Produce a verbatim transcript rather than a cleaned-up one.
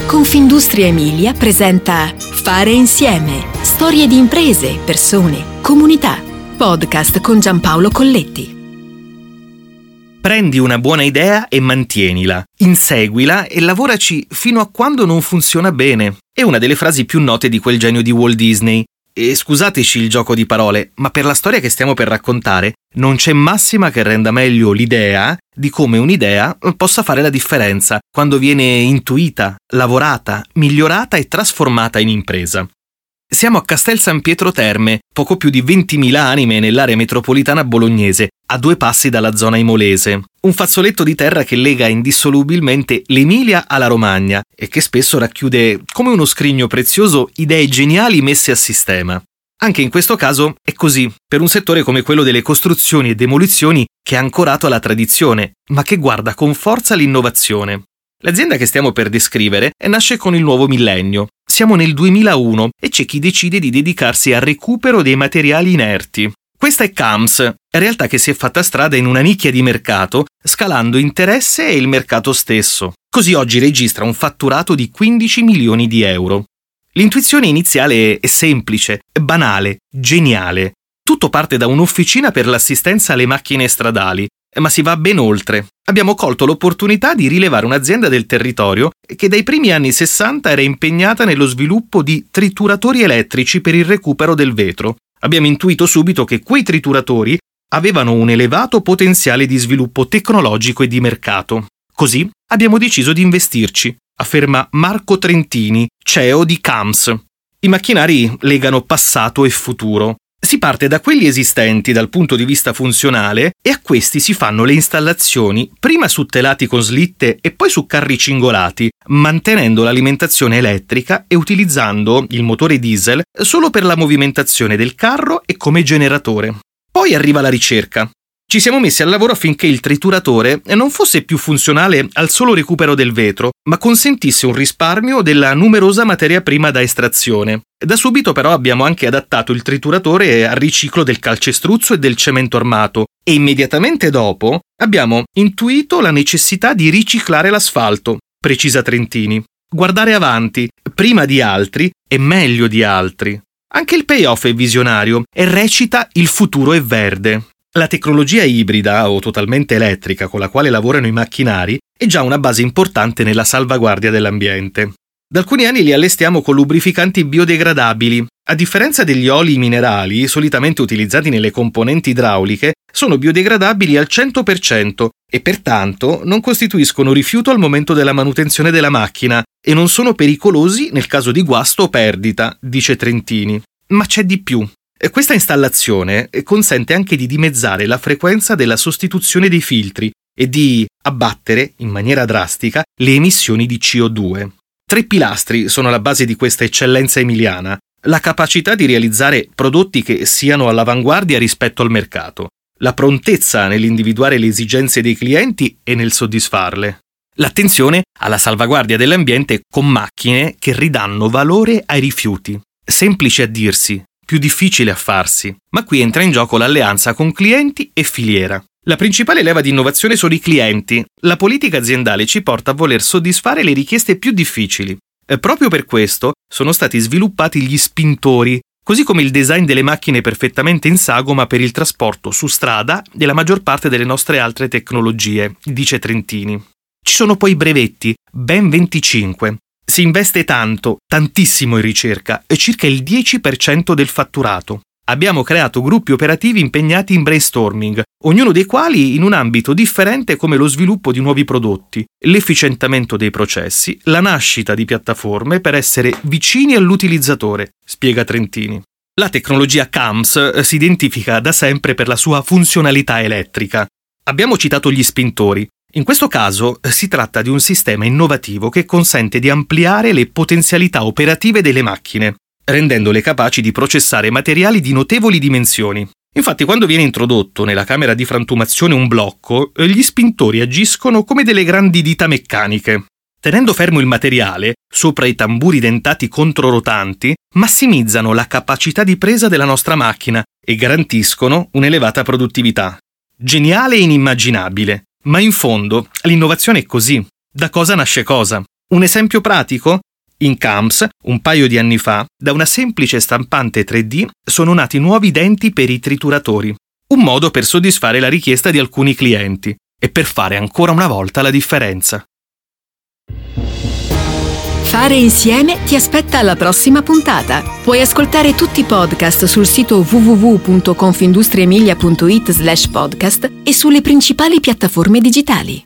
Confindustria Emilia presenta Fare insieme. Storie di imprese, persone, comunità. Podcast con Giampaolo Colletti. Prendi una buona idea e mantienila, inseguila e lavoraci fino a quando non funziona bene. È una delle frasi più note di quel genio di Walt Disney. E scusateci il gioco di parole, ma per la storia che stiamo per raccontare non c'è massima che renda meglio l'idea di come un'idea possa fare la differenza quando viene intuita, lavorata, migliorata e trasformata in impresa. Siamo a Castel San Pietro Terme, poco più di ventimila anime nell'area metropolitana bolognese, a due passi dalla zona imolese. Un fazzoletto di terra che lega indissolubilmente l'Emilia alla Romagna e che spesso racchiude, come uno scrigno prezioso, idee geniali messe a sistema. Anche in questo caso è così, per un settore come quello delle costruzioni e demolizioni che è ancorato alla tradizione, ma che guarda con forza l'innovazione. L'azienda che stiamo per descrivere nasce con il nuovo millennio. Siamo nel duemilauno e c'è chi decide di dedicarsi al recupero dei materiali inerti. Questa è Cams, realtà che si è fatta strada in una nicchia di mercato, scalando interesse e il mercato stesso. Così oggi registra un fatturato di quindici milioni di euro. L'intuizione iniziale è semplice, banale, geniale. Tutto parte da un'officina per l'assistenza alle macchine stradali, ma si va ben oltre. Abbiamo colto l'opportunità di rilevare un'azienda del territorio che dai primi anni sessanta era impegnata nello sviluppo di trituratori elettrici per il recupero del vetro. Abbiamo intuito subito che quei trituratori avevano un elevato potenziale di sviluppo tecnologico e di mercato. Così abbiamo deciso di investirci, afferma Marco Trentini, C E O di Cams. I macchinari legano passato e futuro. Si parte da quelli esistenti dal punto di vista funzionale e a questi si fanno le installazioni prima su telati con slitte e poi su carri cingolati, mantenendo l'alimentazione elettrica e utilizzando il motore diesel solo per la movimentazione del carro e come generatore. Poi arriva la ricerca. Ci siamo messi al lavoro affinché il trituratore non fosse più funzionale al solo recupero del vetro, ma consentisse un risparmio della numerosa materia prima da estrazione. Da subito però abbiamo anche adattato il trituratore al riciclo del calcestruzzo e del cemento armato e immediatamente dopo abbiamo intuito la necessità di riciclare l'asfalto, precisa Trentini. Guardare avanti, prima di altri e meglio di altri. Anche il payoff è visionario e recita il futuro è verde. La tecnologia ibrida o totalmente elettrica con la quale lavorano i macchinari è già una base importante nella salvaguardia dell'ambiente. Da alcuni anni li allestiamo con lubrificanti biodegradabili. A differenza degli oli minerali, solitamente utilizzati nelle componenti idrauliche, sono biodegradabili al cento per cento e pertanto non costituiscono rifiuto al momento della manutenzione della macchina e non sono pericolosi nel caso di guasto o perdita, dice Trentini. Ma c'è di più. Questa installazione consente anche di dimezzare la frequenza della sostituzione dei filtri e di abbattere, in maniera drastica, le emissioni di C O due. Tre pilastri sono la base di questa eccellenza emiliana: la capacità di realizzare prodotti che siano all'avanguardia rispetto al mercato, la prontezza nell'individuare le esigenze dei clienti e nel soddisfarle, l'attenzione alla salvaguardia dell'ambiente con macchine che ridanno valore ai rifiuti. Semplice a dirsi, più difficile a farsi, ma qui entra in gioco l'alleanza con clienti e filiera. La principale leva di innovazione sono i clienti. La politica aziendale ci porta a voler soddisfare le richieste più difficili. E proprio per questo sono stati sviluppati gli spintori, così come il design delle macchine perfettamente in sagoma per il trasporto su strada della maggior parte delle nostre altre tecnologie, dice Trentini. Ci sono poi brevetti, ben venticinque. Si investe tanto, tantissimo in ricerca, e circa il dieci per cento del fatturato. Abbiamo creato gruppi operativi impegnati in brainstorming, ognuno dei quali in un ambito differente come lo sviluppo di nuovi prodotti, l'efficientamento dei processi, la nascita di piattaforme per essere vicini all'utilizzatore, spiega Trentini. La tecnologia Cams si identifica da sempre per la sua funzionalità elettrica. Abbiamo citato gli spintori. In questo caso si tratta di un sistema innovativo che consente di ampliare le potenzialità operative delle macchine, rendendole capaci di processare materiali di notevoli dimensioni. Infatti, quando viene introdotto nella camera di frantumazione un blocco, gli spintori agiscono come delle grandi dita meccaniche. Tenendo fermo il materiale, sopra i tamburi dentati controrotanti, massimizzano la capacità di presa della nostra macchina e garantiscono un'elevata produttività. Geniale e inimmaginabile. Ma in fondo l'innovazione è così. Da cosa nasce cosa? Un esempio pratico? In Camps, un paio di anni fa, da una semplice stampante tre D sono nati nuovi denti per i trituratori, un modo per soddisfare la richiesta di alcuni clienti e per fare ancora una volta la differenza. Fare insieme ti aspetta alla prossima puntata. Puoi ascoltare tutti i podcast sul sito w w w punto confindustriemilia punto it slash podcast e sulle principali piattaforme digitali.